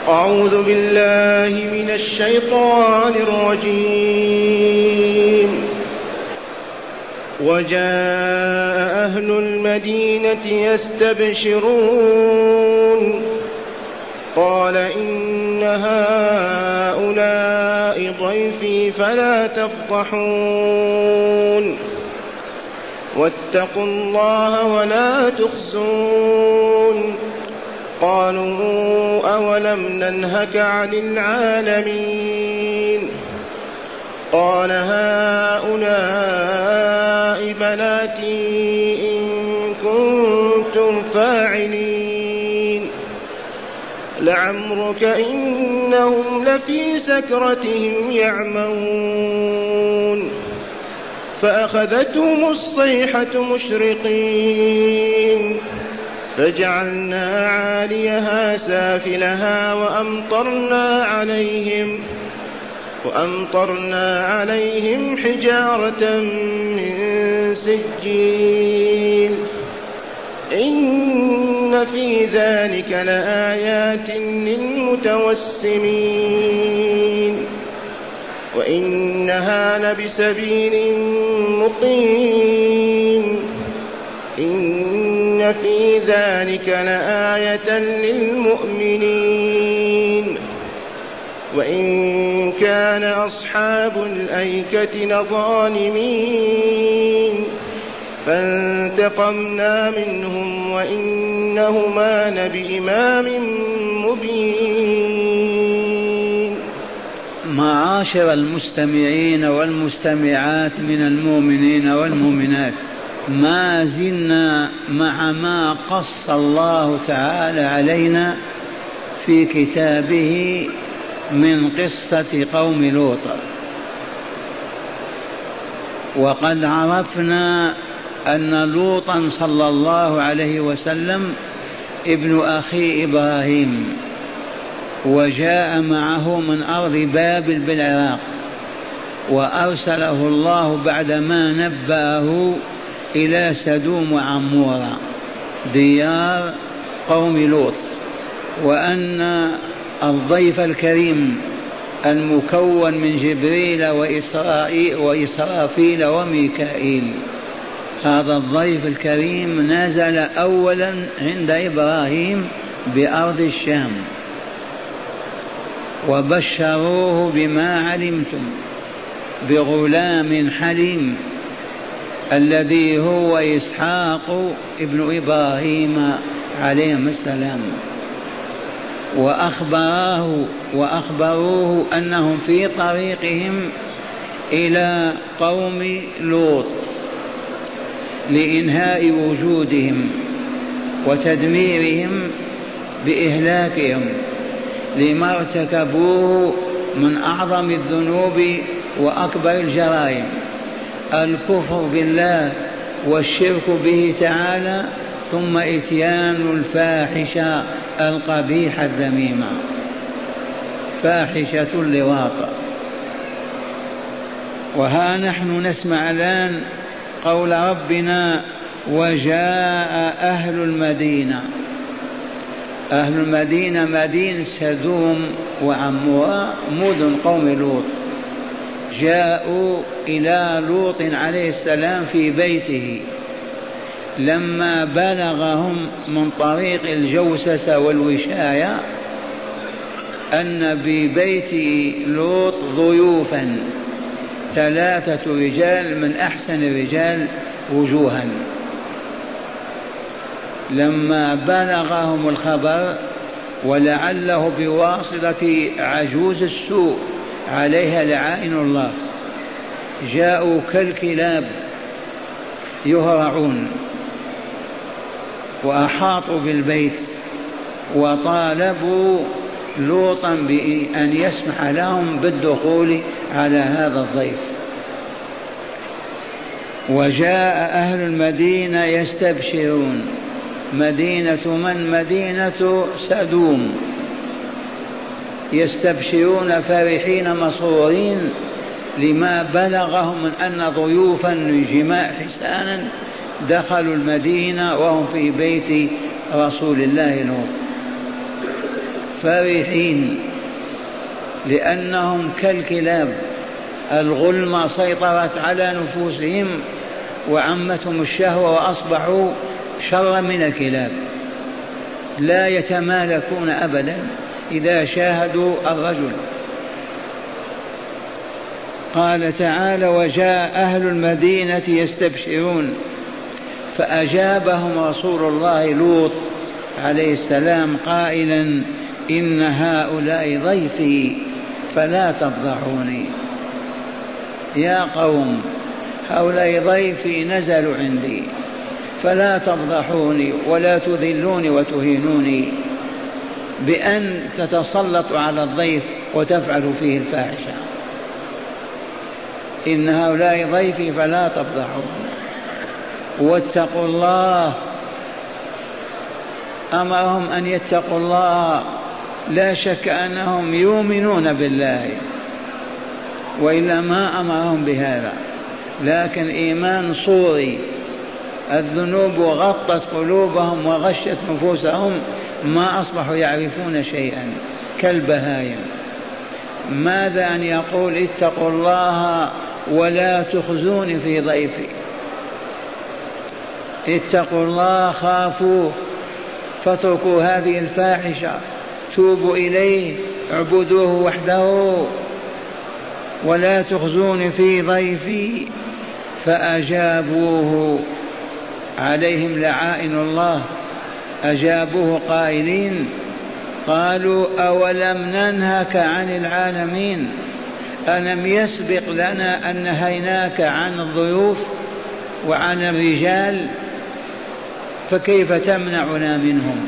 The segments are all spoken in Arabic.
أعوذ بالله من الشيطان الرجيم. وجاء أهل المدينة يستبشرون قال إن هؤلاء ضيفي فلا تفضحون واتقوا الله ولا تخزون. قالوا أولم ننهك عن العالمين؟ قال هؤلاء بناتي إن كنتم فاعلين. لعمرك إنهم لفي سكرتهم يعمهون. فأخذتهم الصيحة مشرقين فجعلنا عاليها سافلها وأمطرنا عليهم حجارة من سجيل. إن في ذلك لآيات للمتوسمين وإنها لبسبيل مقيم. إن في ذلك لآية للمؤمنين. وإن كان أصحاب الأيكة لظالمين فانتقمنا منهم وإنهما لبإمام مبين. معاشر المستمعين والمستمعات من المؤمنين والمؤمنات، ما زلنا مع ما قص الله تعالى علينا في كتابه من قصة قوم لوط. وقد عرفنا أن لوطا صلى الله عليه وسلم ابن أخي إبراهيم، وجاء معه من أرض بابل بالعراق، وأرسله الله بعدما نبأه إلى سدوم وعمورة ديار قوم لوط، وأن الضيف الكريم المكون من جبريل وإسرافيل وميكائيل، هذا الضيف الكريم نزل أولا عند إبراهيم بأرض الشام، وبشروه بما علمتم بغلام حليم الذي هو إسحاق ابن إبراهيم عليهم السلام. وأخبروه أنهم في طريقهم إلى قوم لوط لإنهاء وجودهم وتدميرهم بإهلاكهم لما ارتكبوه من أعظم الذنوب وأكبر الجرائم، الكفر بالله والشرك به تعالى، ثم إتيان الفاحشة القبيحة الذميمة، فاحشة اللواط. وها نحن نسمع الآن قول ربنا: وجاء أهل المدينة. أهل المدينة مدينة سدوم وعمورة، مدن قوم لوط، جاءوا إلى لوط عليه السلام في بيته لما بلغهم من طريق الجوسسة والوشاية أن ببيت لوط ضيوفا 3 رجال من أحسن الرجال وجوها. لما بلغهم الخبر، ولعله بواسطة عجوز السوء عليها لعائن الله، جاءوا كالكلاب يهرعون وأحاطوا بالبيت وطالبوا لوطا بأن يسمح لهم بالدخول على هذا الضيف. وجاء أهل المدينة يستبشرون. مدينة من؟ مدينة سدوم. يستبشرون فرحين مسرورين لما بلغهم من أن ضيوفا جماع حسانا دخلوا المدينة وهم في بيت رسول الله لوط. فرحين لأنهم كالكلاب، الغلمة سيطرت على نفوسهم وعمتهم الشهوة وأصبحوا شرا من الكلاب، لا يتمالكون أبدا إذا شاهدوا الرجل. قال تعالى: وجاء أهل المدينة يستبشرون فأجابهم رسول الله لوط عليه السلام قائلا: إن هؤلاء ضيفي فلا تفضحوني. يا قوم، هؤلاء ضيفي نزلوا عندي فلا تفضحوني ولا تذلوني وتهينوني بأن تتسلطوا على الضيف وتفعلوا فيه الفاحشة. إن هؤلاء ضيفي فلا تفضحوني واتقوا الله. أمرهم أن يتقوا الله، لا شك أنهم يؤمنون بالله وإلا ما أمرهم بهذا، لكن إيمان صوري. الذنوب غطت قلوبهم وغشت نفوسهم، ما أصبحوا يعرفون شيئا كالبهائم. ماذا أن يقول: اتقوا الله ولا تخزوني في ضيفي. اتقوا الله، خافوه، فاتركوا هذه الفاحشة، توبوا إليه، اعبدوه وحده، ولا تخزوني في ضيفي. فأجابوه، عليهم لعائن الله، أجابوه قائلين: قالوا: أولم ننهك عن العالمين؟ ألم يسبق لنا أن نهيناك عن الضيوف وعن الرجال؟ فكيف تمنعنا منهم؟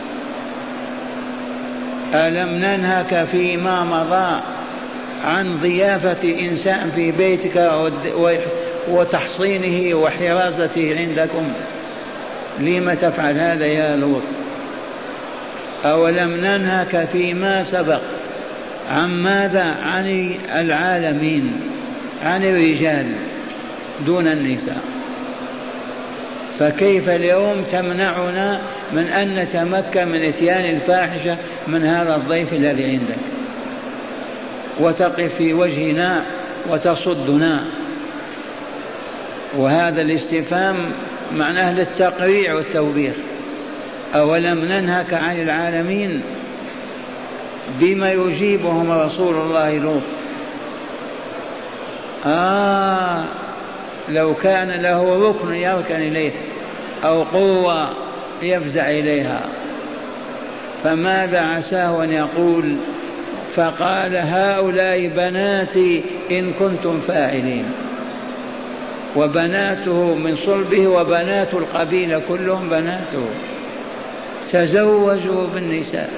ألم ننهك فيما مضى عن ضيافة إنسان في بيتك وتحصينه وحراسته عندكم؟ لم تفعل هذا يا لوط؟ أولم ننهك فيما سبق عن ماذا؟ عن العالمين، عن الرجال دون النساء. فكيف اليوم تمنعنا من أن نتمكن من إتيان الفاحشة من هذا الضيف الذي عندك وتقف في وجهنا وتصدنا؟ وهذا الاستفهام معناه للتقريع والتوبيخ. أولم ننهك عن العالمين؟ بما يجيبهم رسول الله لوط؟ لو كان له ركن يركن إليه أو قوة يفزع إليها، فماذا عساه أن يقول؟ فقال: هؤلاء بناتي إن كنتم فاعلين. وبناته من صلبه وبنات القبيلة كلهم بناته، تزوجوا بالنساء،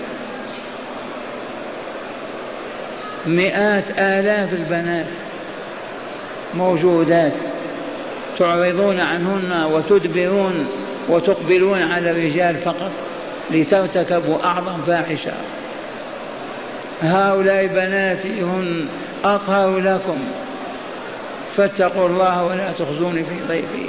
مئات آلاف البنات موجودات، تعرضون عنهن وتدبرون وتقبلون على الرجال فقط لترتكبوا أعظم فاحشة. هؤلاء بناتي هن أطهر لكم فاتقوا الله ولا تخزوني في ضيفي.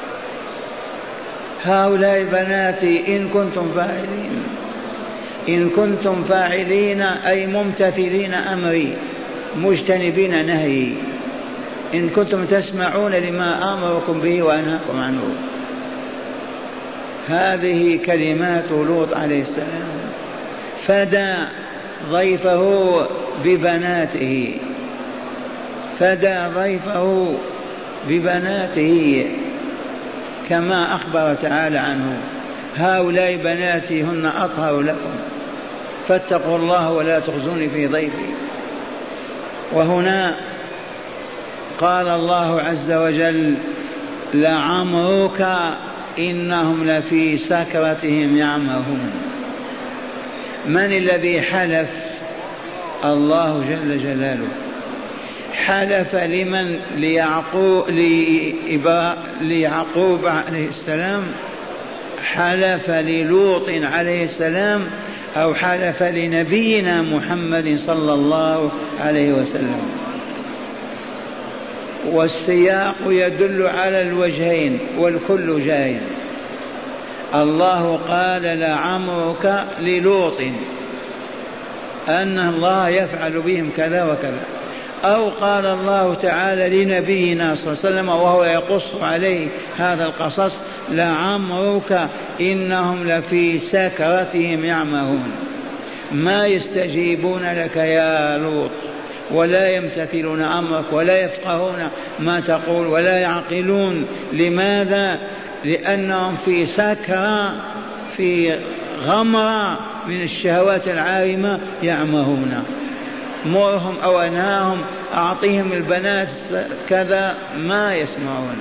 هؤلاء بناتي إن كنتم فاعلين. إن كنتم فاعلين أي ممتثلين أمري مجتنبين نهيي، إن كنتم تسمعون لما آمركم به وأنهاكم عنه. هذه كلمات لوط عليه السلام، فدى ضيفه ببناته، فدى ضيفه ببناته كما أخبر تعالى عنه: هؤلاء بناتي هن أطهر لكم فاتقوا الله ولا تخزوني في ضيفي. وهنا قال الله عز وجل: لعمرك إنهم لفي سكرتهم يعمهون. من الذي حلف؟ الله جل جلاله. حلف لمن؟ ليعقوب عليه السلام؟ حلف للوط عليه السلام؟ أو حلف لنبينا محمد صلى الله عليه وسلم؟ والسياق يدل على الوجهين والكل جائز. الله قال: لعمرك للوط، أن الله يفعل بهم كذا وكذا. أو قال الله تعالى لنبينا صلى الله عليه وسلم وهو يقص عليه هذا القصص: لعمرك إنهم لفي سكرتهم يعمهون. ما يستجيبون لك يا لوط ولا يمتثلون أمرك ولا يفقهون ما تقول ولا يعقلون. لماذا؟ لأنهم في سكرة، في غمرة من الشهوات العارمة يعمهون. مرهم أو أنهاهم، أعطيهم البنات كذا، ما يسمعون.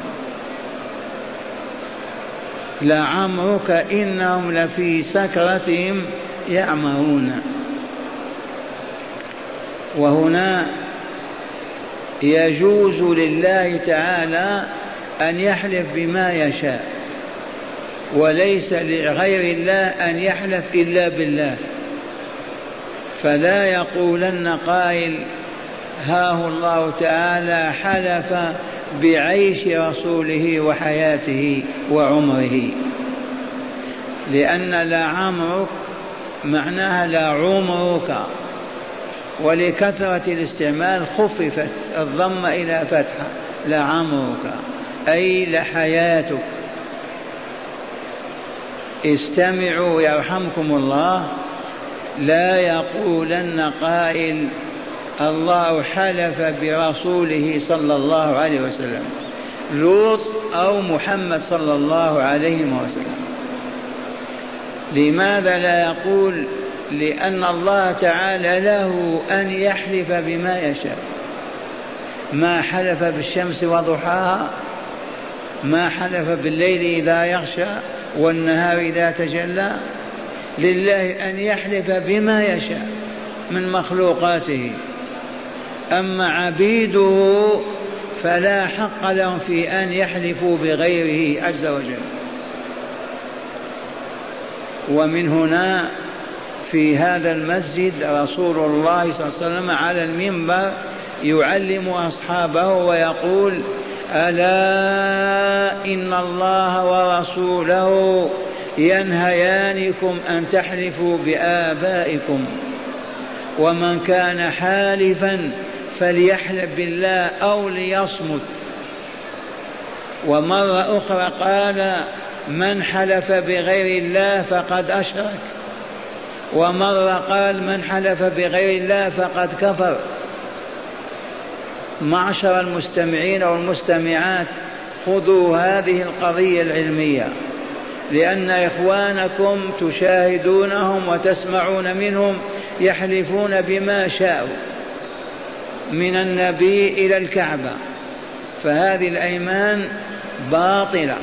لعمرك إنهم لفي سكرتهم يعمهون. وهنا يجوز لله تعالى أن يحلف بما يشاء، وليس لغير الله أن يحلف إلا بالله. فلا يقولن قائل: هاه الله تعالى حلف بعيش رسوله وحياته وعمره، لأن لا عمرك معناها لا عمرك، ولكثرة الاستعمال خففت الضم إلى فتحة. لا عمرك أي لحياتك. استمعوا يرحمكم الله، لا يقولن قائل: الله حلف برسوله صلى الله عليه وسلم، لوط أو محمد صلى الله عليه وسلم. لماذا لا يقول؟ لأن الله تعالى له أن يحلف بما يشاء. ما حلف بالشمس وضحاها، ما حلف بالليل إذا يغشى والنهار إذا تجلى. لله أن يحلف بما يشاء من مخلوقاته، أما عبيده فلا حق لهم في أن يحلفوا بغيره عز وجل. ومن هنا في هذا المسجد رسول الله صلى الله عليه وسلم على المنبر يعلم أصحابه ويقول: ألا إن الله ورسوله ينهيانكم أن تحلفوا بآبائكم، ومن كان حالفا فليحلف بالله أو ليصمت. ومرة أخرى قال: من حلف بغير الله فقد أشرك. ومرة قال: من حلف بغير الله فقد كفر. معشر المستمعين والمستمعات، خذوا هذه القضية العلمية، لأن إخوانكم تشاهدونهم وتسمعون منهم يحلفون بما شاءوا من النبي إلى الكعبة، فهذه الأيمان باطلة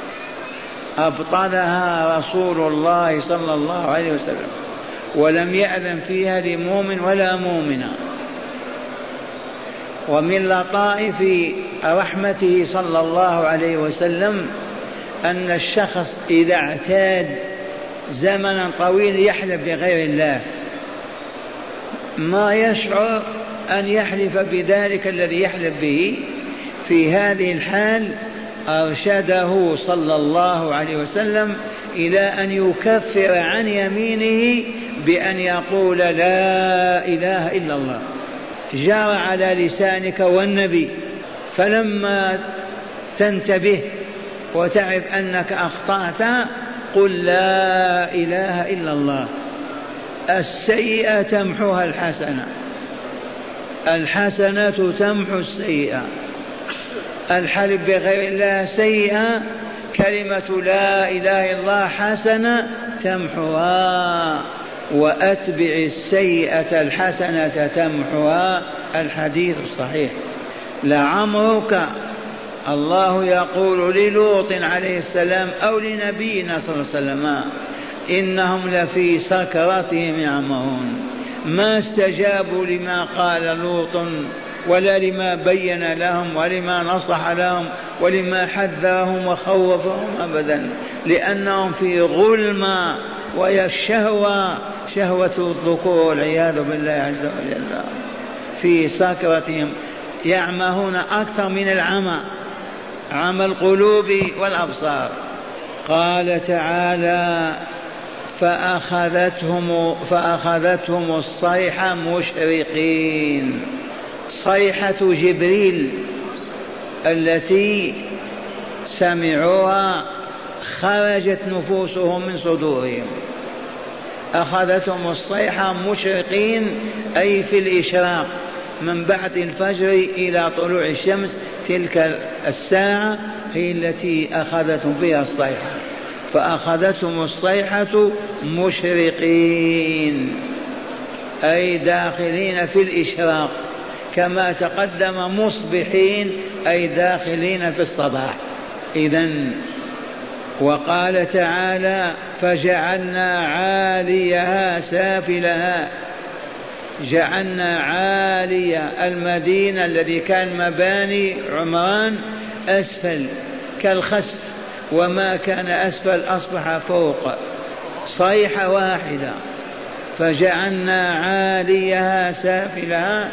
أبطلها رسول الله صلى الله عليه وسلم، ولم يأذن فيها لمؤمن ولا مؤمنة. ومن لطائف رحمته صلى الله عليه وسلم أن الشخص إذا اعتاد زمنا طويل يحلف بغير الله ما يشعر أن يحلف بذلك الذي يحلف به. في هذه الحال أرشده صلى الله عليه وسلم إلى أن يكفر عن يمينه بأن يقول: لا إله إلا الله، جرى على لسانك والنبي. فلما تنتبه وتعرف أنك أخطأت قل: لا إله إلا الله. السيئة تمحوها الحسنة، الحسنة تمحو السيئة. الحلف بغير الله سيئة، كلمة لا إله إلا الله حسنة تمحوها. وأتبع السيئة الحسنة تمحوها، الحديث الصحيح. لعمرك، الله يقول للوط عليه السلام أو لنبينا صلى الله عليه وسلم: إنهم لفي سكرتهم يعمهون. ما استجابوا لما قال لوط ولا لما بين لهم ولما نصح لهم ولما حذرهم وخوفهم أبدا، لأنهم في ظلمة، وهي الشهوة، شهوة الذكور والعياذ بالله عز وجل. في سكرتهم يعمهون أكثر من العمى، عمى القلوب والأبصار. قال تعالى: فأخذتهم الصيحة مشرقين. صيحة جبريل التي سمعوها خرجت نفوسهم من صدورهم. أخذتهم الصيحة مشرقين أي في الإشراق، من بعد الفجر إلى طلوع الشمس، تلك الساعة هي التي أخذتهم فيها الصيحة. فأخذتهم الصيحة مشرقين أي داخلين في الإشراق، كما تقدم مصبحين أي داخلين في الصباح. إذن وقال تعالى فجعلنا عاليها سافلها. جعلنا عالية المدينة الذي كان مباني عمران أسفل كالخسف، وما كان أسفل أصبح فوق، صيحة واحدة. فجعلنا عاليها سافلها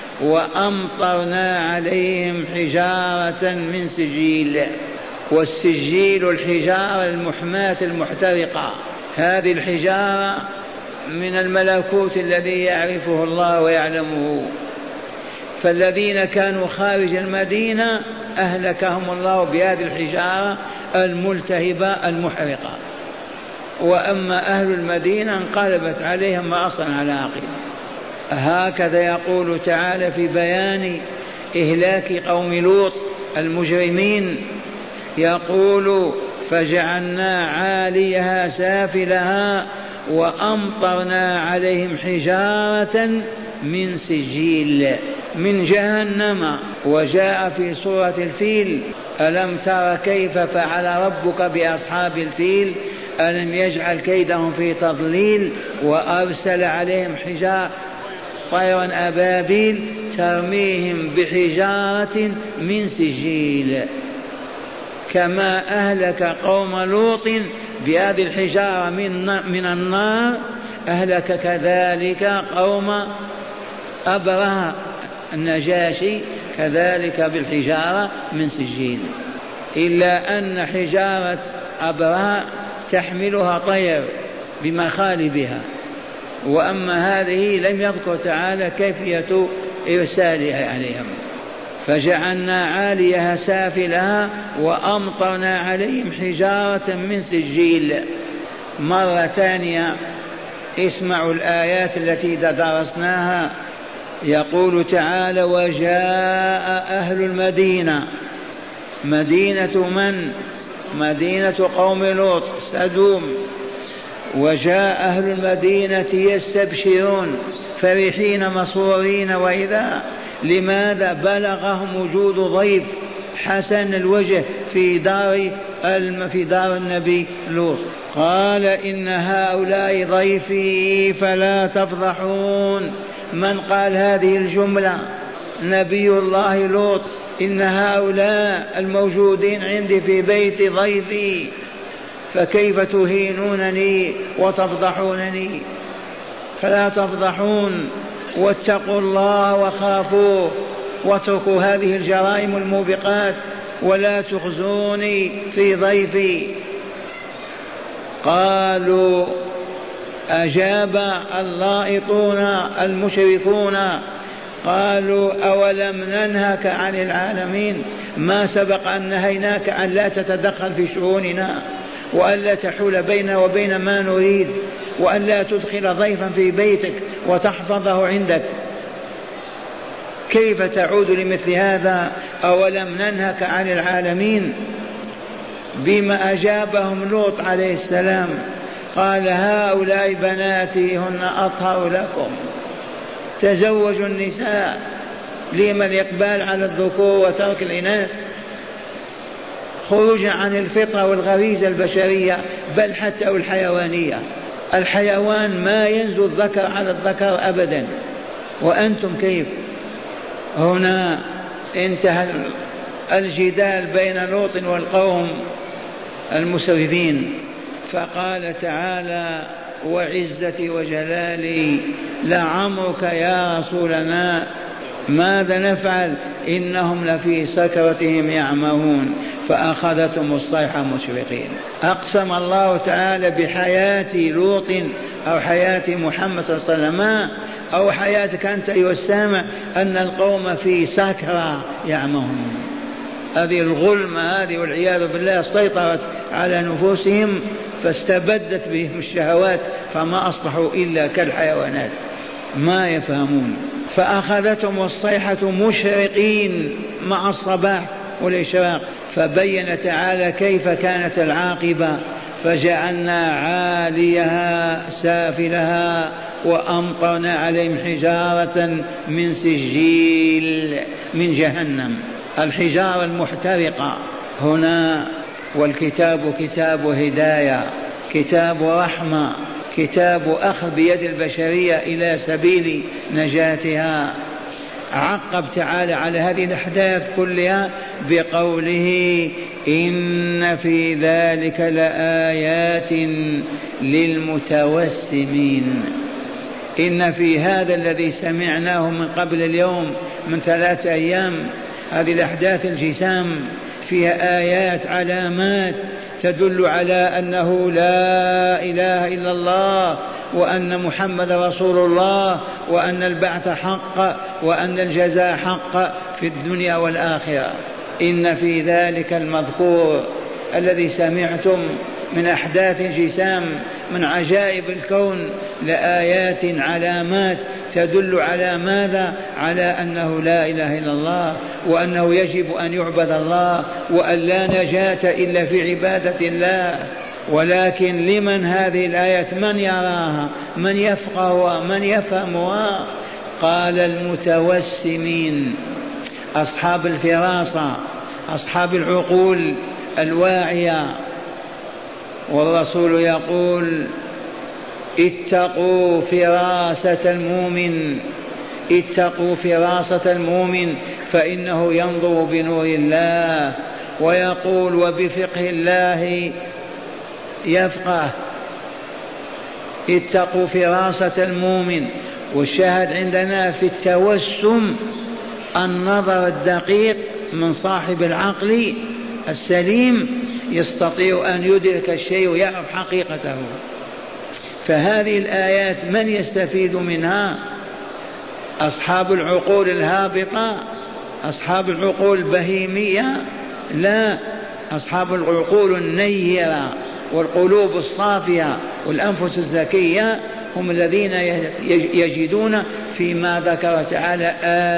وأمطرنا عليهم حجارة من سجيل. والسجيل الحجارة المحماة المحترقة، هذه الحجارة من الملكوت الذي يعرفه الله ويعلمه. فالذين كانوا خارج المدينة أهلكهم الله بهذه الحجارة الملتهبة المحرقة، وأما أهل المدينة انقلبت عليهم رأسا على عقب. هكذا يقول تعالى في بيان إهلاك قوم لوط المجرمين، يقول فجعلنا عاليها سافلها وأمطرنا عليهم حجارة من سجيل من جهنم. وجاء في سورة الفيل ألم تر كيف فعل ربك بأصحاب الفيل ألم يجعل كيدهم في تضليل وأرسل عليهم حجارة طيرا أبابيل ترميهم بحجارة من سجيل. كما أهلك قوم لوط بهذه الحجارة من النار أهلك كذلك قوم أبرهة النجاشي كذلك بالحجارة من سجيل، إلا أن حجارة أبرهة تحملها طير بمخالبها، وأما هذه لم يذكر تعالى كيفية إرسالها عليهم. فجعلنا عاليها سافلها وأمطرنا عليهم حجارة من سجيل. مرة ثانية اسمعوا الآيات التي درسناها. يقول تعالى وجاء أهل المدينة. مدينة من؟ مدينة قوم لوط سدوم. وجاء أهل المدينة يستبشرون فرحين مسرورين. وإذا لماذا بلغهم وجود ضيف حسن الوجه في دار النبي لوط. قال إن هؤلاء ضيفي فلا تفضحون. من قال هذه الجملة؟ نبي الله لوط. إن هؤلاء الموجودين عندي في بيت ضيفي، فكيف تهينونني وتفضحونني؟ فلا تفضحون واتقوا الله وخافوه واتركوا هذه الجرائم الموبقات ولا تخزوني في ضيفي. قالوا أجاب اللائطون المشركون قالوا أولم ننهك عن العالمين؟ ما سبق أن نهيناك أن لا تتدخل في شؤوننا وأن لا تحول بيننا وبين ما نريد وأن لا تدخل ضيفا في بيتك وتحفظه عندك؟ كيف تعود لمثل هذا؟ أولم ننهك عن العالمين؟ بما أجابهم لوط عليه السلام قال هؤلاء بناتي هن أطهر لكم، تزوجوا النساء، لما الإقبال على الذكور وترك الإناث؟ خروجا عن الفطرة والغريزة البشرية بل حتى الحيوانية. الحيوان ما ينزل الذكر على الذكر أبدا، وأنتم كيف؟ هنا انتهى الجدال بين لوط والقوم المسرفين. فقال تعالى وعزتي وجلالي لعمرك يا رسولنا ماذا نفعل؟ إنهم لفي سكرتهم يعمهون. فأخذتهم الصيحة مشرقين. أقسم الله تعالى بحياة لوط أو حياة محمد صلى الله عليه وسلم أو حياتك أنت أيها السامع أن القوم في سكرة يعمهون. هذه الظلمة هذه والعياذ بالله سيطرت على نفوسهم فاستبدت بهم الشهوات فما أصبحوا إلا كالحيوانات ما يفهمون. فأخذتهم الصيحة مشرقين مع الصباح والإشراق. فبين تعالى كيف كانت العاقبة فجعلنا عاليها سافلها وأمطرنا عليهم حجارة من سجيل من جهنم. الحجارة المحترقة هنا. والكتاب كتاب هداية كتاب رحمة كتاب أخذ بيد البشرية إلى سبيل نجاتها. عقب تعالى على هذه الأحداث كلها بقوله إن في ذلك لآيات للمتوسمين. إن في هذا الذي سمعناه من قبل اليوم من 3 أيام هذه الأحداث الجسام فيها آيات علامات تدل على أنه لا إله إلا الله وأن محمد رسول الله وأن البعث حق وأن الجزاء حق في الدنيا والآخرة. إن في ذلك المذكور الذي سمعتم من أحداث جسام من عجائب الكون لآيات علامات تدل على ماذا؟ على أنه لا إله إلا الله وأنه يجب أن يعبد الله وأن لا نجاة إلا في عبادة الله. ولكن لمن هذه الآيات؟ من يراها؟ من يفقهها؟ من يفهمها؟ قال المتوسمين أصحاب الفراسة أصحاب العقول الواعية. والرسول يقول اتقوا فراسة المؤمن اتقوا فراسة المؤمن فإنه ينظر بنور الله. ويقول وبفقه الله يفقه. اتقوا فراسة المؤمن. والشاهد عندنا في التوسم النظر الدقيق من صاحب العقل السليم يستطيع أن يدرك الشيء ويعرف حقيقته. فهذه الآيات من يستفيد منها؟ أصحاب العقول الهابطة أصحاب العقول البهيمية؟ لا، أصحاب العقول النيرة والقلوب الصافية والأنفس الزكية هم الذين يجدون فيما ذكر تعالى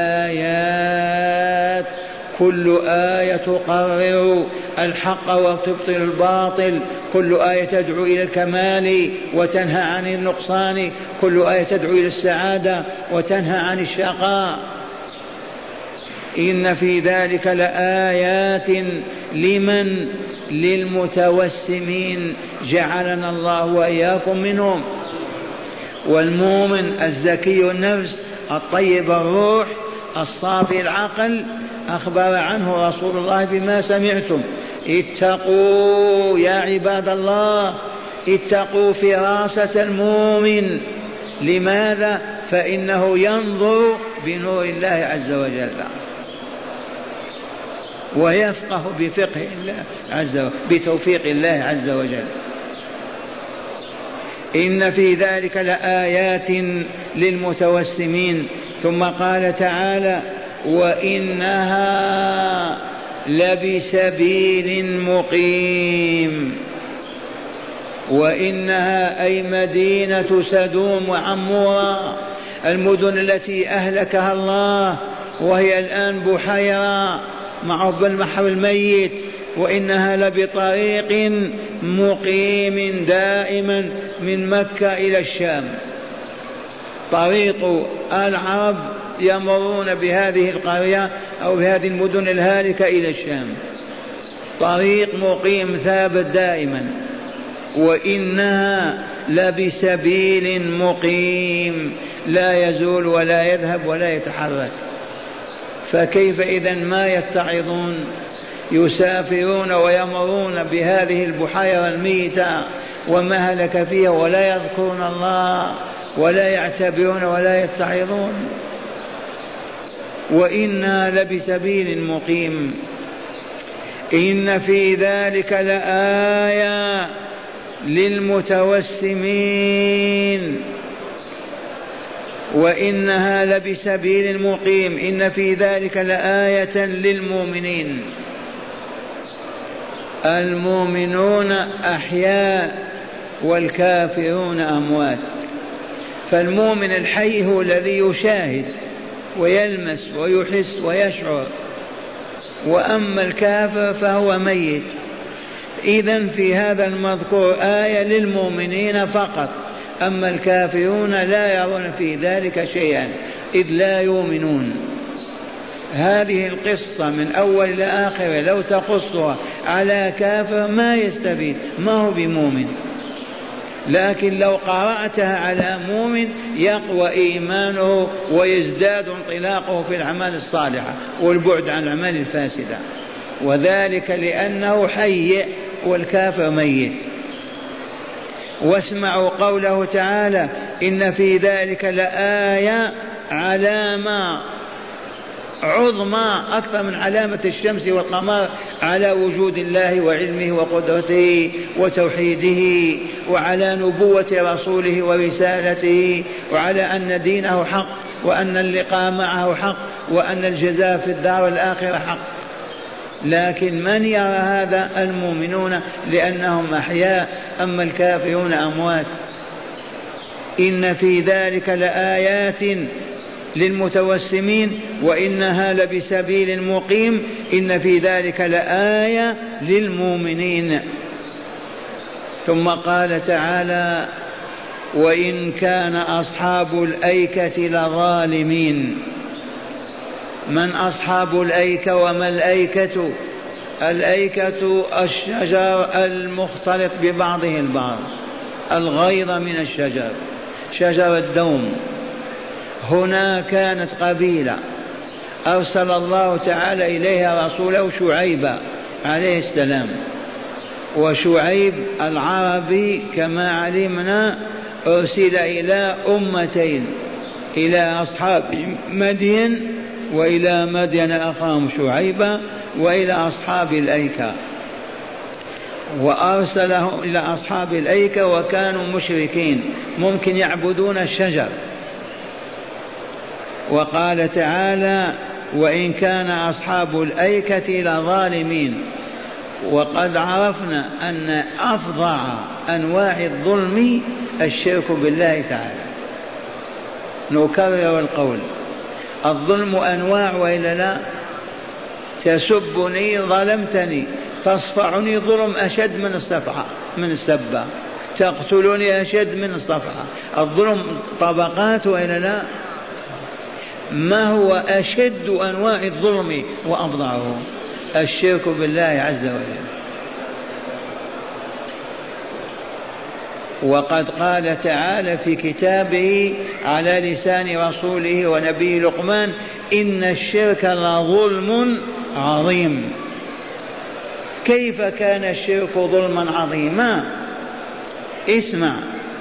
آيات كل آية تقرر الحق وتبطل الباطل. كل آية تدعو إلى الكمال وتنهى عن النقصان. كل آية تدعو إلى السعادة وتنهى عن الشقاء. إن في ذلك لآيات لمن؟ للمتوسمين جعلنا الله وإياكم منهم. والمؤمن الزكي النفس الطيب الروح الصافي العقل أخبر عنه رسول الله بما سمعتم. اتقوا يا عباد الله اتقوا فراسة المؤمن. لماذا؟ فإنه ينظر بنور الله عز وجل ويفقه بفقه الله عز وجل بتوفيق الله عز وجل. إن في ذلك لآيات للمتوسمين. ثم قال تعالى وإنها لبسبيل مقيم. وإنها أي مدينة سدوم وعمورة المدن التي أهلكها الله وهي الآن بحيرة معه بالبحر الميت. وإنها لبطريق مقيم دائما من مكة إلى الشام. طريق العرب يمرون بهذه القرية أو بهذه المدن الهالكة إلى الشام. طريق مقيم ثابت دائما. وإنها لبسبيل مقيم لا يزول ولا يذهب ولا يتحرك. فكيف إذن ما يتعظون؟ يسافرون ويمرون بهذه البحيرة الميتة وما هلك فيها ولا يذكرون الله ولا يعتبرون ولا يتعظون. وإنا لبسبيل مقيم إن في ذلك لآية للمتوسمين وإنها لبسبيل مقيم. إن في ذلك لآية للمؤمنين. المؤمنون أحياء والكافرون أموات. فالمؤمن الحي هو الذي يشاهد ويلمس ويحس ويشعر، وأما الكافر فهو ميت. إذن في هذا المذكور آية للمؤمنين فقط، أما الكافرون لا يرون في ذلك شيئا إذ لا يؤمنون. هذه القصة من أول إلى آخر لو تقصها على كافر ما يستفيد، ما هو بمؤمن. لكن لو قرأتها على مؤمن يقوى إيمانه ويزداد انطلاقه في الأعمال الصالحة والبعد عن الأعمال الفاسدة، وذلك لأنه حي والكافر ميت. واسمعوا قوله تعالى: إن في ذلك لآية، علامة عظمى أكثر من علامة الشمس والقمر على وجود الله وعلمه وقدرته وتوحيده، وعلى نبوة رسوله ورسالته، وعلى أن دينه حق، وأن اللقاء معه حق، وأن الجزاء في الدار الآخرة حق. لكن من يرى هذا؟ المؤمنون لأنهم أحياء، أما الكافرون أموات. إن في ذلك لآيات للمتوسمين وإنها لبسبيل مقيم. إن في ذلك لآية للمؤمنين. ثم قال تعالى: وإن كان أصحاب الأيكة لظالمين. من أصحاب الأيكة وما الأيكة؟ الأيكة الشجر المختلط ببعضه البعض، الغيض من الشجر، شجر الدوم. هنا كانت قبيلة أرسل الله تعالى إليها رسوله شعيب عليه السلام. وشعيب العربي كما علمنا أرسل إلى أمتين، إلى أصحاب مدين، وإلى مدين أخاهم شعيبا، وإلى أصحاب الأيكة. وأرسلهم إلى أصحاب الأيكة وكانوا مشركين ممكن يعبدون الشجر. وقال تعالى: وإن كان أصحاب الأيكة لظالمين. وقد عرفنا أن أفظع أنواع الظلم الشرك بالله تعالى. نكرر القول: الظلم أنواع وإلا لا؟ تسبني ظلمتني، تصفعني ظلم أشد من السبة، تقتلني أشد من الصفحة. الظلم طبقات وإلا لا؟ ما هو أشد أنواع الظلم وأفظعه؟ الشرك بالله عز وجل. وقد قال تعالى في كتابه على لسان رسوله ونبي لقمان: إن الشرك لظلم عظيم. كيف كان الشرك ظلما عظيما؟ اسمع،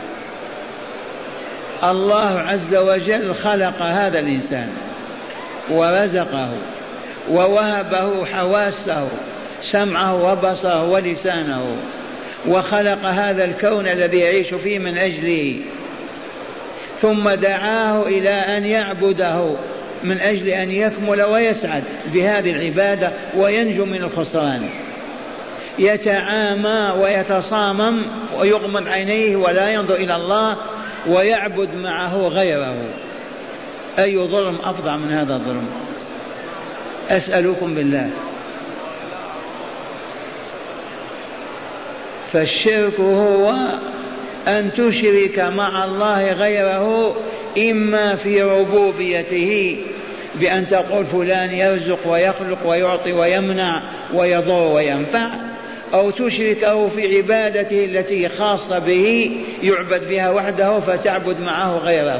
الله عز وجل خلق هذا الإنسان ورزقه ووهبه حواسه، سمعه وبصره ولسانه، وخلق هذا الكون الذي يعيش فيه من أجله، ثم دعاه إلى أن يعبده من أجل أن يكمل ويسعد بهذه العبادة وينجو من الخسران. يتعامى ويتصامم ويغمض عينيه ولا ينظر إلى الله ويعبد معه غيره. أي ظلم أفظع من هذا الظلم؟ أسألكم بالله. فالشرك هو أن تشرك مع الله غيره، إما في ربوبيته بأن تقول فلان يرزق ويخلق ويعطي ويمنع ويضر وينفع، أو تشركه في عبادته التي خاصة به يعبد بها وحده فتعبد معه غيره.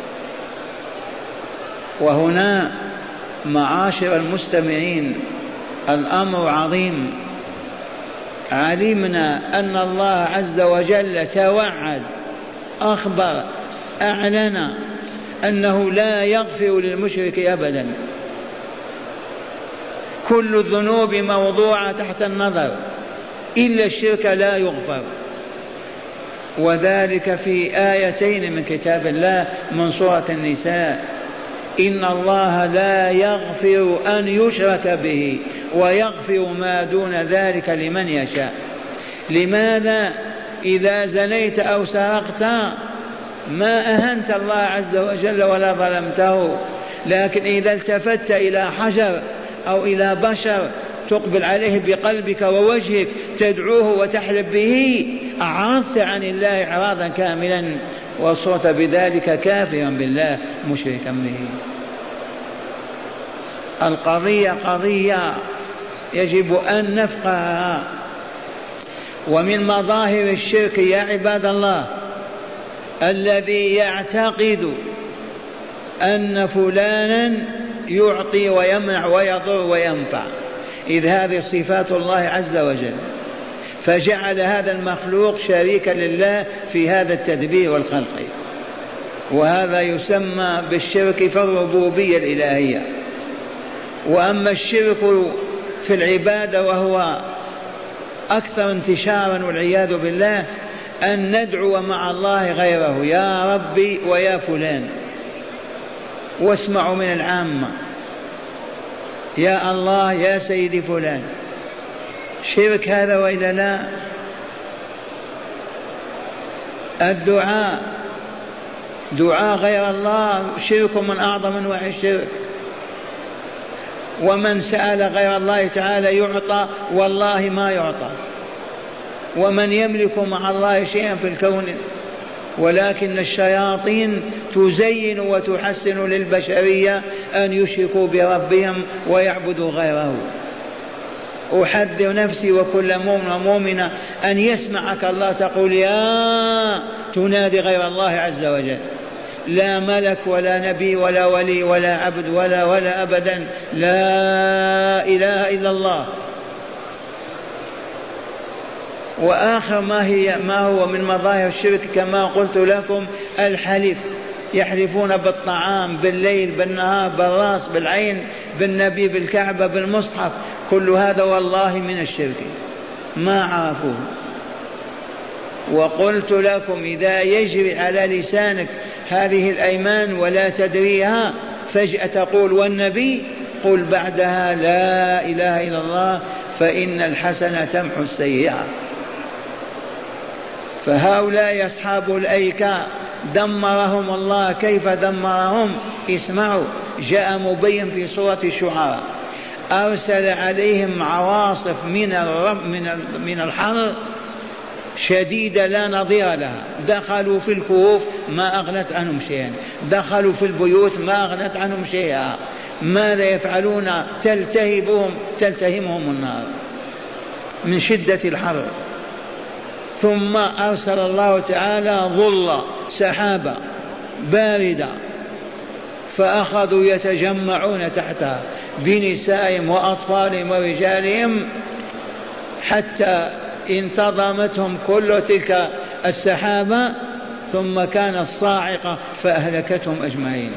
وهنا معاشر المستمعين الأمر عظيم. علمنا أن الله عز وجل توعد، أخبر، أعلن أنه لا يغفر للمشرك أبدا. كل الذنوب موضوعة تحت النظر إلا الشرك لا يغفر. وذلك في آيتين من كتاب الله من سورة النساء: إن الله لا يغفر أن يشرك به ويغفر ما دون ذلك لمن يشاء. لماذا؟ إذا زنيت أو سرقت ما أهنت الله عز وجل ولا ظلمته، لكن إذا التفت إلى حجر أو إلى بشر تقبل عليه بقلبك ووجهك تدعوه وتحلف به أعرضت عن الله إعراضا كاملا وصرت بذلك كافرا بالله مشركا به. القضية قضية يجب أن نفقهها. ومن مظاهر الشرك يا عباد الله الذي يعتقد أن فلانا يعطي ويمنع ويضر وينفع، إذ هذه صفات الله عز وجل، فجعل هذا المخلوق شريكا لله في هذا التدبير والخلق، وهذا يسمى بالشرك في الربوبية الإلهية. وأما الشرك في العبادة وهو أكثر انتشارا والعياذ بالله أن ندعو مع الله غيره يا ربي ويا فلان، واسمعوا من العامة يا الله يا سيدي فلان. شرك هذا وإلا لا؟ الدعاء دعاء غير الله شرك من أعظم أنواع الشرك. ومن سأل غير الله تعالى يعطى والله ما يعطى، ومن يملك مع الله شيئا في الكون، ولكن الشياطين تزين وتحسن للبشرية أن يشركوا بربهم ويعبدوا غيره. أحذر نفسي وكل مؤمن ومؤمنة أن يسمعك الله تقول يا تنادي غير الله عز وجل، لا ملك ولا نبي ولا ولي ولا عبد ولا أبدا، لا إله إلا الله. وآخر ما هو من مظاهر الشرك كما قلت لكم الحلف، يحلفون بالطعام بالليل بالنهار بالراس بالعين بالنبي بالكعبة بالمصحف، كل هذا والله من الشرك ما عرفوه. وقلت لكم إذا يجري على لسانك هذه الأيمان ولا تدريها فجأة تقول والنبي، قل بعدها لا إله إلا الله فإن الحسنة تمحو السيئة. فهؤلاء أصحاب الأيكة دمرهم الله. كيف دمرهم؟ اسمعوا، جاء مبين في سورة الشعراء: أرسل عليهم عواصف من الحر شديدة لا نظير لها، دخلوا في الكهوف ما أغنت عنهم شيئا، دخلوا في البيوت ما أغنت عنهم شيئا. ماذا يفعلون؟ تلتهمهم النار من شدة الحر. ثم أرسل الله تعالى ظل سحابة باردة فأخذوا يتجمعون تحتها بنسائهم وأطفالهم ورجالهم حتى انتظمتهم كل تلك السحابة، ثم كانت صاعقة فأهلكتهم أجمعين.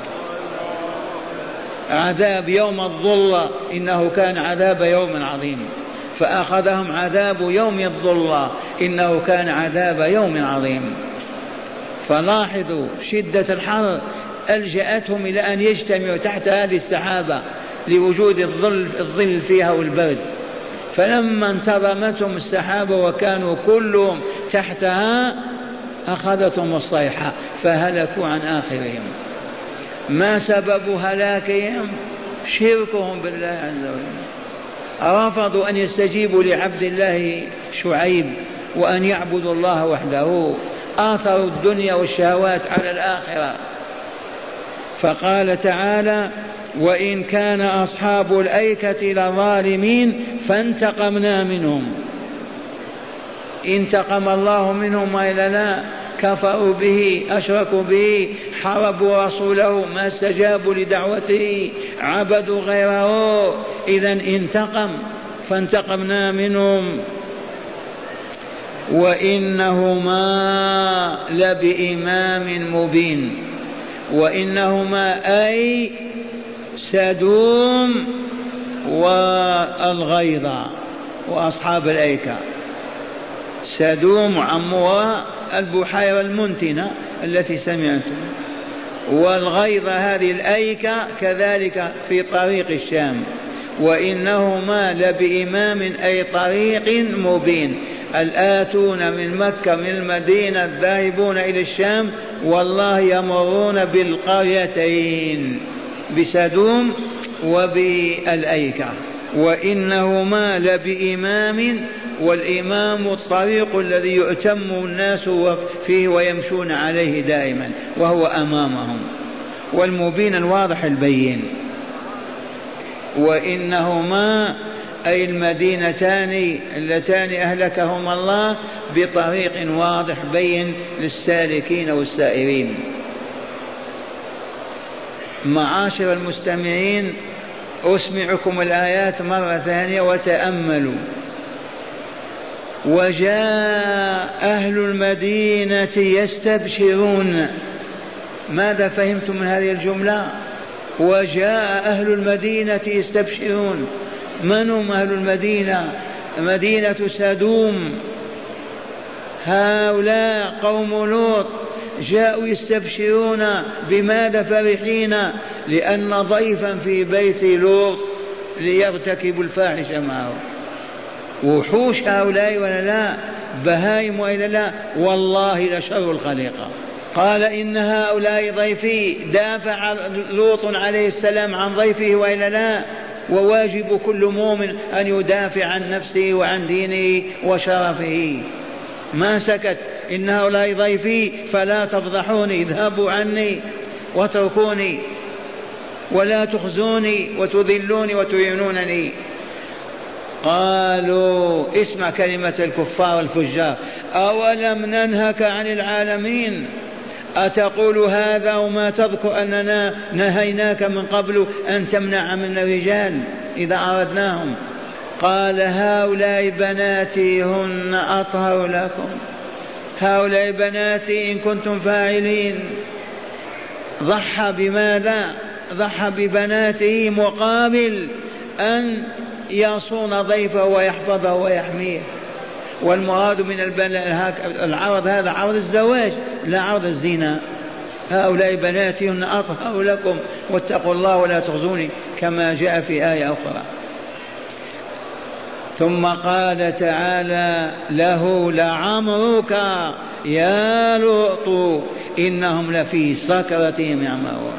عذاب يوم الظلة إنه كان عذاب يوم عظيم، فأخذهم عذاب يوم الظلة إنه كان عذاب يوم عظيم. فلاحظوا شدة الحر ألجأتهم إلى أن يجتمعوا تحت هذه السحابة لوجود الظل فيها والبرد. فلما انتظمتهم السحابة وكانوا كلهم تحتها أخذتهم الصيحة فهلكوا عن آخرهم. ما سبب هلاكهم؟ شركهم بالله عز وجل. رفضوا أن يستجيبوا لعبد الله شعيب وأن يعبدوا الله وحده، آثروا الدنيا والشهوات على الآخرة. فقال تعالى: وإن كان أصحاب الأيكة لظالمين فانتقمنا منهم. انتقم الله منهم وإلا لا؟ كفروا به، أشركوا به، حاربوا رسوله، ما استجابوا لدعوته، عبدوا غيره، إذن انتقم، فانتقمنا منهم. وإنهما لبإمام مبين. وإنهما أي سدوم والغيظ وأصحاب الأيكة. سدوم عمها البحيرة المنتنة التي سمعتم، والغيظ هذه الأيكة كذلك في طريق الشام. وإنهما لبإمام أي طريق مبين. الآتون من مكة من المدينة الذاهبون إلى الشام والله يمرون بالقريتين بسدوم وبالأيكة. وإنهما لبإمام، والإمام الطريق الذي يؤتم الناس فيه ويمشون عليه دائما وهو أمامهم، والمبين الواضح البين. وإنهما أي المدينتان اللتان أهلكهما الله بطريق واضح بين للسالكين والسائرين. معاشر المستمعين، أسمعكم الآيات مرة ثانية وتأملوا. وجاء أهل المدينة يستبشرون. ماذا فهمتم من هذه الجملة؟ وجاء أهل المدينة يستبشرون. من هم أهل المدينة؟ مدينة سدوم. هؤلاء قوم لوط جاءوا يستبشرون. بماذا فرحين؟ لأن ضيفا في بيت لوط ليرتكب الفاحشة معه. وحوش هؤلاء ولا لا؟ بهائم وإلا لا؟ والله لشر الخليقة. قال إن هؤلاء ضيفي. دافع لوط عليه السلام عن ضيفه وإلا لا؟ وواجب كل مؤمن أن يدافع عن نفسه وعن دينه وشرفه. ما سكت. إن هؤلاء ضيفي فلا تفضحوني، اذهبوا عني واتركوني ولا تخزوني وتذلوني وتهينونني. قالوا، اسمع كلمة الكفار الفجار: أولم ننهك عن العالمين؟ أتقول هذا وما تذكر أننا نهيناك من قبل أن تمنع من الرجال إذا أردناهم؟ قال هؤلاء بناتي هن أطهر لكم. هؤلاء بناتي إن كنتم فاعلين. ضحى بماذا؟ ضحى ببناته مقابل أن يصون ضيفه ويحفظه ويحميه. والمراد من العرض هذا عرض الزواج لا عرض الزنا. هؤلاء بناتي هن أطهر لكم واتقوا الله ولا تخزوني، كما جاء في آية أخرى. ثم قال تعالى له: لعمرك يا لوط إنهم لفي سكرتهم يعمهون.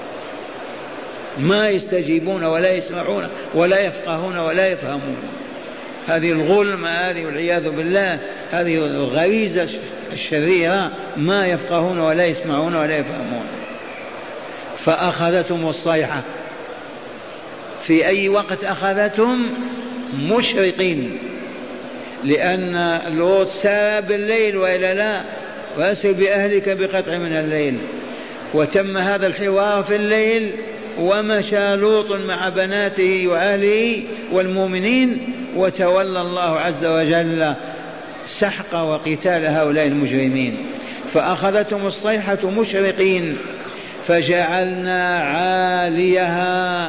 ما يستجيبون ولا يسمعون ولا يفقهون ولا يفهمون. هذه الظلمة هذه والعياذ بالله، هذه الغريزة الشريرة، ما يفقهون ولا يسمعون ولا يفهمون. فأخذتهم الصيحة. في أي وقت أخذتهم؟ مشرقين، لأن لوط سار بالليل وإلا لا؟ وأسر بأهلك بقطع من الليل. وتم هذا الحوار في الليل، ومشى لوط مع بناته وأهله والمؤمنين، وتولى الله عز وجل سحق وقتال هؤلاء المجرمين. فأخذتهم الصيحة مشرقين، فجعلنا عاليها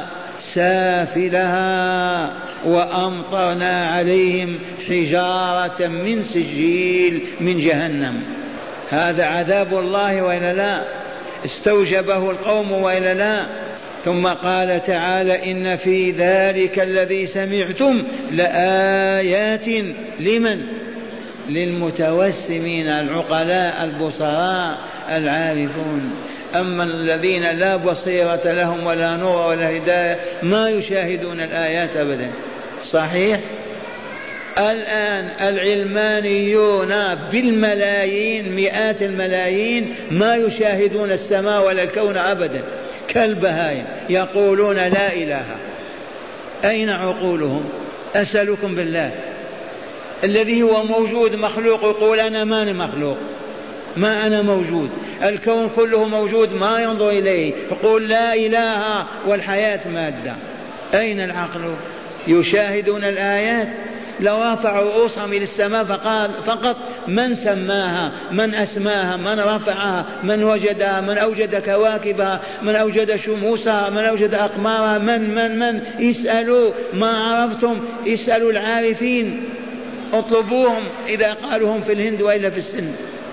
سافلها وأمطرنا عليهم حجارة من سجيل من جهنم. هذا عذاب الله وإلا لا؟ استوجبه القوم وإلا لا؟ ثم قال تعالى: إن في ذلك الذي سمعتم لآيات لمن؟ للمتوسمين العقلاء البصراء العارفون. أما الذين لا بصيرة لهم ولا نور ولا هداية ما يشاهدون الآيات أبدا. صحيح؟ الآن العلمانيون بالملايين مئات الملايين ما يشاهدون السماء ولا الكون أبدا، كالبهائم يقولون لا إله. أين عقولهم؟ أسألكم بالله. الذي هو موجود مخلوق يقول أنا ماني مخلوق، ما أنا موجود. الكون كله موجود ما ينظر إليه، يقول لا إله والحياة مادة. أين العقل؟ يشاهدون الآيات. لو رفعوا رؤوسهم إلى السماء فقال فقط من سماها، من أسماها، من رفعها، من وجدها، من أوجد كواكبها، من أوجد شموسها، من أوجد أقمارها، من اسألوا ما عرفتم، اسألوا العارفين، اطلبوهم إذا قالوا هم في الهند وإلا في السند.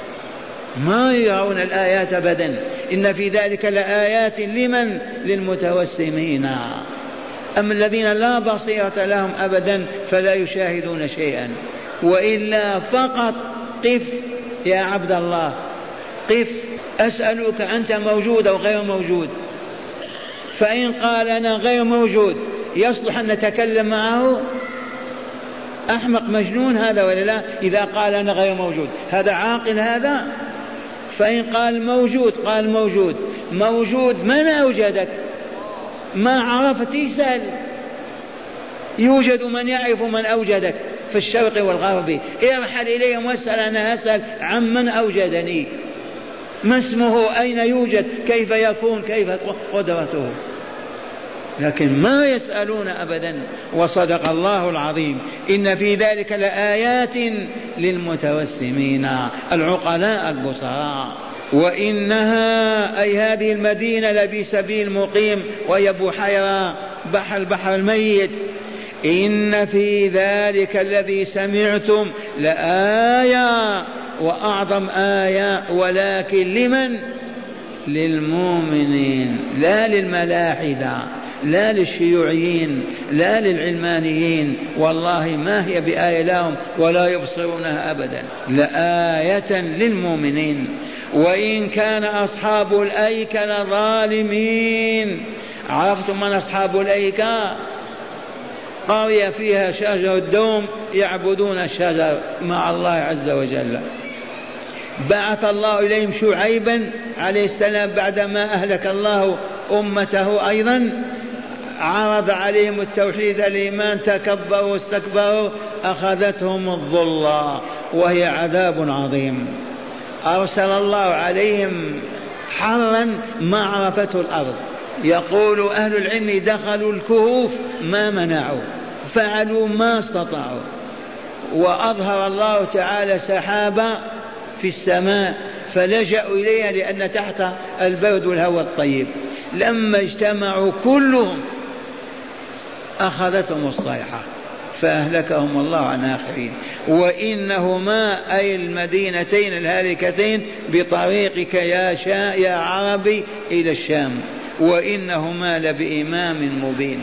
ما يرون الآيات أبدا. إن في ذلك لآيات لمن؟ للمتوسمين. أما الذين لا بصيرة لهم أبدا فلا يشاهدون شيئا. وإلا فقط قف يا عبد الله، قف، أسألك أنت موجود أو غير موجود؟ فإن قال أنا غير موجود يصلح أن نتكلم معه؟ أحمق مجنون هذا ولا لا؟ إذا قال أنا غير موجود هذا عاقل هذا؟ فإن قال موجود قال موجود. موجود من أوجدك؟ ما عرفت اسأل. يوجد من يعرف من أوجدك في الشرق والغرب، ارحل إليهم واسأل. أنا أسأل عمن أوجدني، ما اسمه، أين يوجد، كيف يكون، كيف قدرته، لكن ما يسألون أبدا. وصدق الله العظيم. إن في ذلك لآيات للمتوسمين العقلاء البصراء. وإنها أي هذه المدينة لفي سبيل مقيم، وهي بحيرة البحر الميت. إن في ذلك الذي سمعتم لآية وأعظم آية، ولكن لمن؟ للمؤمنين، لا للملاحدة، لا للشيوعيين، لا للعلمانيين. والله ما هي بآية لهم ولا يبصرونها أبدا، لآية للمؤمنين. وإن كان أصحاب الأيكة ظالمين. عرفتم من أصحاب الأيكة؟ قرية فيها شجر الدوم يعبدون الشجر مع الله عز وجل. بعث الله إليهم شعيبا عليه السلام بعدما أهلك الله أمته أيضا، عرض عليهم التوحيد الإيمان، تكبروا واستكبروا، أخذتهم الظلة وهي عذاب عظيم. أرسل الله عليهم حرا ما عرفته الأرض. يقول أهل العلم دخلوا الكهوف ما منعوا، فعلوا ما استطاعوا. وأظهر الله تعالى سحابة في السماء فلجأوا إليها لأن تحت البرد والهواء الطيب. لما اجتمعوا كلهم أخذتهم الصيحة فأهلكهم الله عن آخرين. وإنهما أي المدينتين الهالكتين بطريقك يا عربي إلى الشام، وإنهما لبإمام مبين.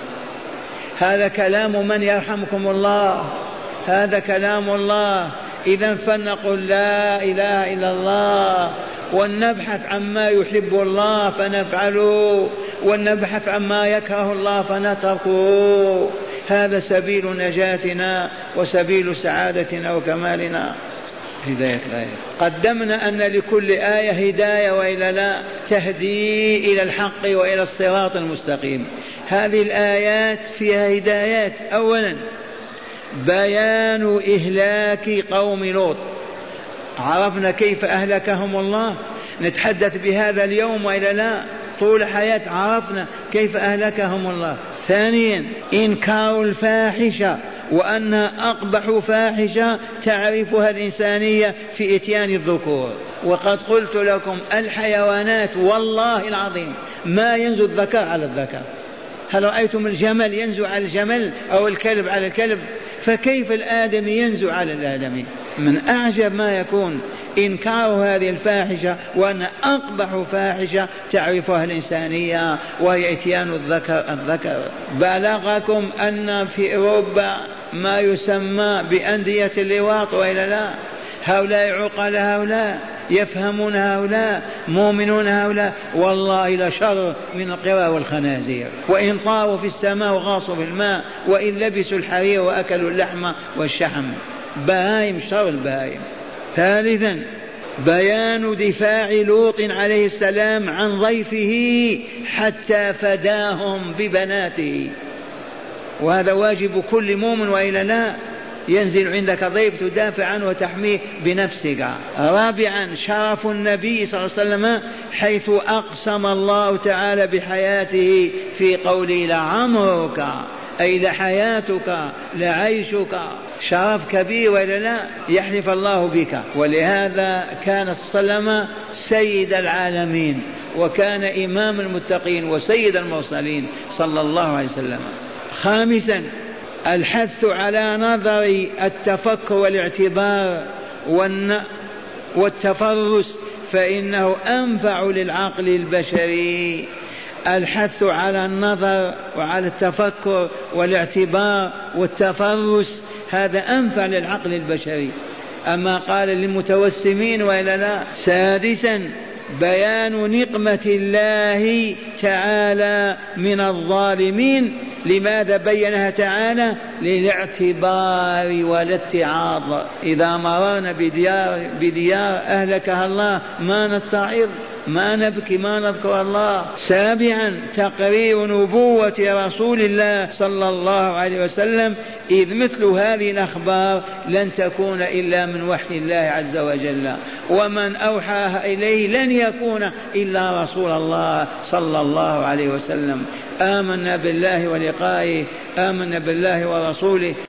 هذا كلام من يرحمكم الله؟ هذا كلام الله. إذا فلنقل لا إله إلا الله، ولنبحث عما يحب الله فنفعله، ولنبحث عما يكره الله فنتركه. هذا سبيل نجاتنا وسبيل سعادتنا وكمالنا. هداية الآية. قدمنا أن لكل آية هداية وإلا لا، تهدي إلى الحق وإلى الصراط المستقيم. هذه الآيات فيها هدايات. أولا بيان إهلاك قوم لوط، عرفنا كيف أهلكهم الله، نتحدث بهذا اليوم وإلا لا؟ طول حياة عرفنا كيف أهلكهم الله. ثانيا إنكار الفاحشة، وأن أقبح فاحشة تعرفها الإنسانية في إتيان الذكور. وقد قلت لكم الحيوانات والله العظيم ما ينزو الذكر على الذكر. هل رأيتم الجمل ينزو على الجمل أو الكلب على الكلب؟ فكيف الآدمي ينزو على الآدمي؟ من أعجب ما يكون إنكار هذه الفاحشة، وأن أقبح فاحشة تعرفها الإنسانية وهي إتيان الذكر. بلغكم أن في أوروبا ما يسمى بأندية اللواط وإلا لا؟ هؤلاء عقل، هؤلاء يفهمون، هؤلاء مؤمنون، هؤلاء والله لشر من القرى والخنازير. وإن طاروا في السماء وغاصوا في الماء، وإن لبسوا الحرير وأكلوا اللحم والشحم، بهائم، شر البهائم. ثالثا بيان دفاع لوط عليه السلام عن ضيفه حتى فداهم ببناته، وهذا واجب كل مؤمن وإلا لا؟ ينزل عندك ضيف تدافع عنه وتحميه بنفسك. رابعا شرف النبي صلى الله عليه وسلم حيث أقسم الله تعالى بحياته في قوله لعمرك، أي لحياتك لعيشك شرف كبير ولا لا؟ يحلف الله بك. ولهذا كان صلى الله عليه وسلم سيد العالمين وكان إمام المتقين وسيد المرسلين صلى الله عليه وسلم. خامسا الحث على نظر التفكر والاعتبار والتفرس، فإنه أنفع للعقل البشري. الحث على النظر وعلى التفكر والاعتبار والتفرس هذا أنفع للعقل البشري. أما قال للمتوسمين وإلا لا. سادسا بيان نقمة الله تعالى من الظالمين. لماذا بينها تعالى؟ للاعتبار والاتعاظ. إذا مررنا بديار أهلكها الله ما نتعظ ما نبكي ما نذكر الله. سابعا تقرير نبوة رسول الله صلى الله عليه وسلم، إذ مثل هذه الأخبار لن تكون إلا من وحي الله عز وجل، ومن أوحاها إليه لن يكون إلا رسول الله صلى الله عليه وسلم. آمنا بالله ولقائه، آمنا بالله ورسوله.